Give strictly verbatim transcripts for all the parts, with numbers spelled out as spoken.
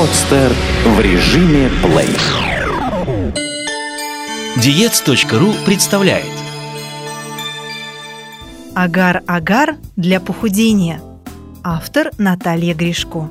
Подстер в режиме плей. Диетс точка ру представляет Агар-агар для похудения. Автор Наталья Гришко.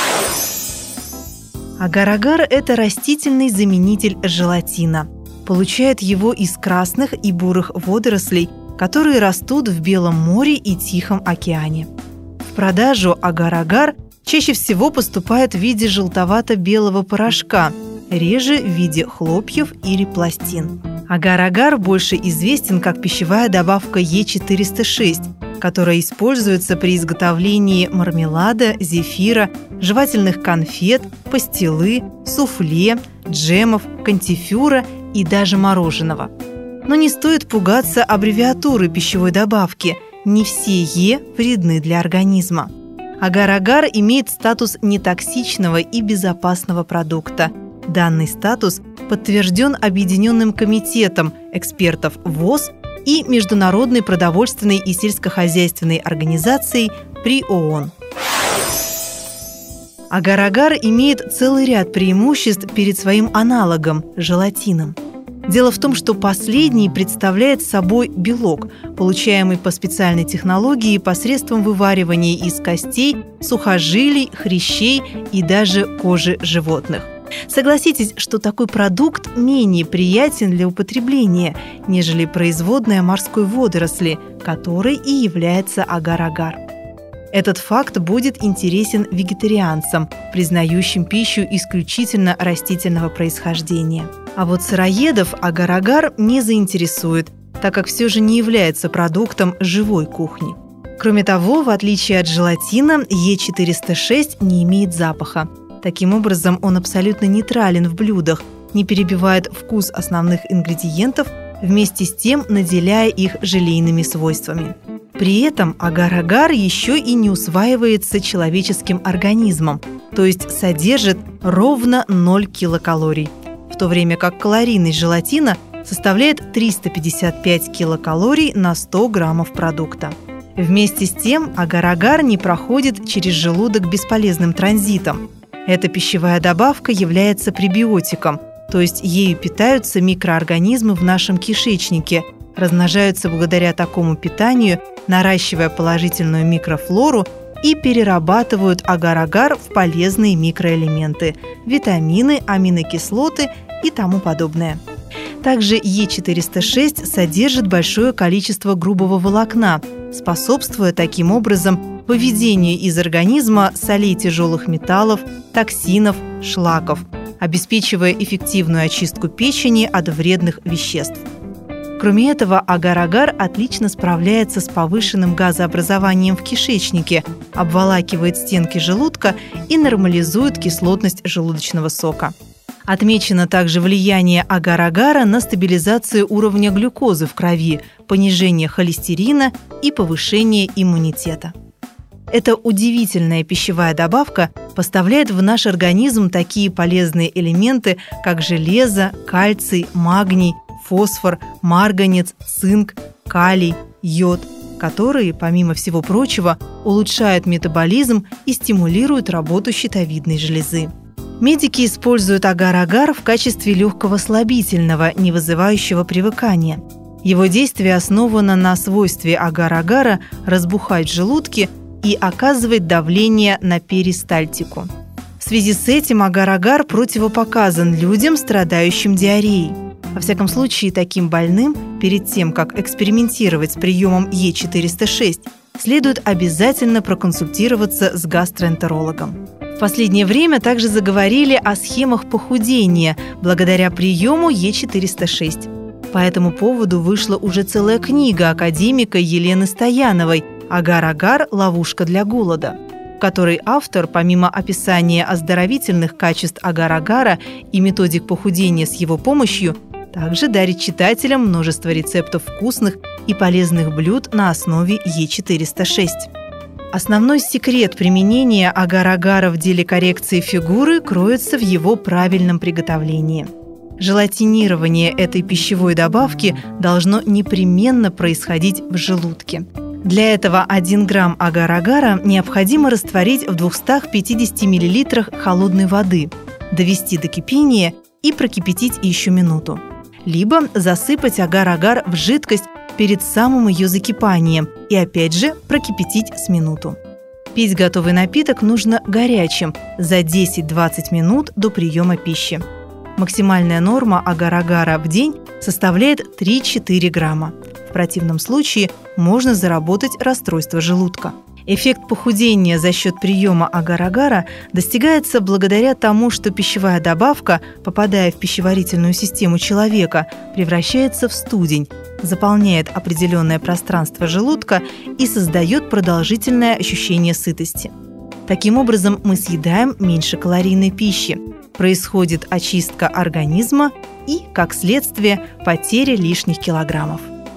Агар-агар – это растительный заменитель желатина. Получают его из красных и бурых водорослей, которые растут в Белом море и Тихом океане. В продажу агар-агар чаще всего поступает в виде желтовато-белого порошка, реже в виде хлопьев или пластин. Агар-агар больше известен как пищевая добавка Е четыреста шесть, которая используется при изготовлении мармелада, зефира, жевательных конфет, пастилы, суфле, джемов, конфитюра и даже мороженого. Но не стоит пугаться аббревиатуры пищевой добавки. Не все Е вредны для организма. Агар-агар имеет статус нетоксичного и безопасного продукта. Данный статус подтвержден Объединенным комитетом экспертов ВОЗ и Международной продовольственной и сельскохозяйственной организацией при ООН. Агар-агар имеет целый ряд преимуществ перед своим аналогом – желатином. Дело в том, что последний представляет собой белок, получаемый по специальной технологии посредством вываривания из костей, сухожилий, хрящей и даже кожи животных. Согласитесь, что такой продукт менее приятен для употребления, нежели производная морской водоросли, которой и является агар-агар. Этот факт будет интересен вегетарианцам, признающим пищу исключительно растительного происхождения. А вот сыроедов агар-агар не заинтересует, так как все же не является продуктом живой кухни. Кроме того, в отличие от желатина, Е четыреста шесть не имеет запаха. Таким образом, он абсолютно нейтрален в блюдах, не перебивает вкус основных ингредиентов, вместе с тем наделяя их желейными свойствами. При этом агар-агар еще и не усваивается человеческим организмом, то есть содержит ровно ноль килокалорий, в то время как калорийность желатина составляет триста пятьдесят пять килокалорий на сто граммов продукта. Вместе с тем агар-агар не проходит через желудок бесполезным транзитом. Эта пищевая добавка является пребиотиком, то есть ею питаются микроорганизмы в нашем кишечнике, размножаются благодаря такому питанию, наращивая положительную микрофлору и перерабатывают агар-агар в полезные микроэлементы – витамины, аминокислоты и тому подобное. Также Е четыреста шесть содержит большое количество грубого волокна, способствуя таким образом выведению из организма солей тяжелых металлов, токсинов, шлаков, обеспечивая эффективную очистку печени от вредных веществ. Кроме этого, агар-агар отлично справляется с повышенным газообразованием в кишечнике, обволакивает стенки желудка и нормализует кислотность желудочного сока. Отмечено также влияние агар-агара на стабилизацию уровня глюкозы в крови, понижение холестерина и повышение иммунитета. Эта удивительная пищевая добавка поставляет в наш организм такие полезные элементы, как железо, кальций, магний, фосфор, марганец, цинк, калий, йод, которые, помимо всего прочего, улучшают метаболизм и стимулируют работу щитовидной железы. Медики используют агар-агар в качестве легкого слабительного, не вызывающего привыкания. Его действие основано на свойстве агар-агара разбухать в желудке и оказывать давление на перистальтику. В связи с этим агар-агар противопоказан людям, страдающим диареей. Во всяком случае, таким больным, перед тем, как экспериментировать с приемом Е четыреста шесть, следует обязательно проконсультироваться с гастроэнтерологом. В последнее время также заговорили о схемах похудения благодаря приему Е четыреста шесть. По этому поводу вышла уже целая книга академика Елены Стояновой «Агар-агар. Ловушка для голода», в которой автор, помимо описания оздоровительных качеств агар-агара и методик похудения с его помощью, также дарит читателям множество рецептов вкусных и полезных блюд на основе Е четыреста шесть. Основной секрет применения агар-агара в деле коррекции фигуры кроется в его правильном приготовлении. Желатинирование этой пищевой добавки должно непременно происходить в желудке. Для этого один грамм агар-агара необходимо растворить в двухстах пятидесяти миллилитрах холодной воды, довести до кипения и прокипятить еще минуту. Либо засыпать агар-агар в жидкость перед самым ее закипанием и опять же прокипятить с минуту. Пить готовый напиток нужно горячим за десять-двадцать минут до приема пищи. Максимальная норма агар-агара в день составляет три-четыре грамма. В противном случае можно заработать расстройство желудка. Эффект похудения за счет приема агар-агара достигается благодаря тому, что пищевая добавка, попадая в пищеварительную систему человека, превращается в студень, заполняет определенное пространство желудка и создает продолжительное ощущение сытости. Таким образом, мы съедаем меньше калорийной пищи, происходит очистка организма и, как следствие, потеря лишних килограммов.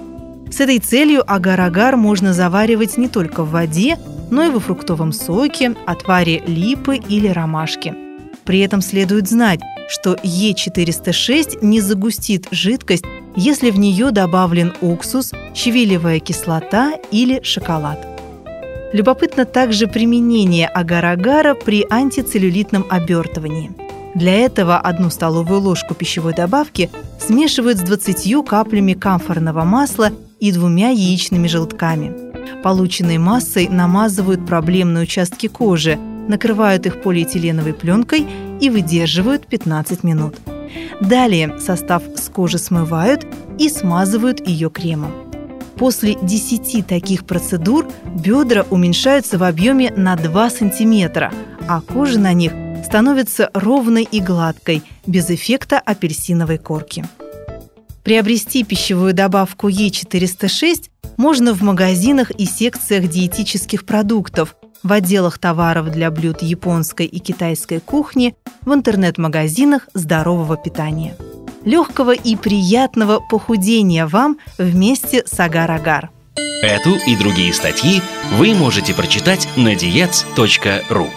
С этой целью агар-агар можно заваривать не только в воде, но и во фруктовом соке, отваре липы или ромашки. При этом следует знать, что Е четыреста шесть не загустит жидкость, если в нее добавлен уксус, щавелевая кислота или шоколад. Любопытно также применение агар-агара при антицеллюлитном обертывании. Для этого одну столовую ложку пищевой добавки смешивают с двадцатью каплями камфорного масла и двумя яичными желтками. Полученной массой намазывают проблемные участки кожи, накрывают их полиэтиленовой пленкой и выдерживают пятнадцать минут. Далее состав с кожи смывают и смазывают ее кремом. После десяти таких процедур бедра уменьшаются в объеме на два сантиметра, а кожа на них становится ровной и гладкой, без эффекта апельсиновой корки. Приобрести пищевую добавку Е четыреста шесть можно в магазинах и секциях диетических продуктов, в отделах товаров для блюд японской и китайской кухни, в интернет-магазинах здорового питания. Легкого и приятного похудения вам вместе с агар-агар. Эту и другие статьи вы можете прочитать на диетс точка ру.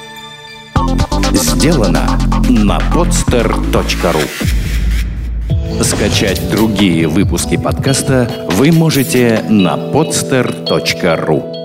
Сделано на подстер точка ру. Скачать другие выпуски подкаста вы можете на подстер точка ру.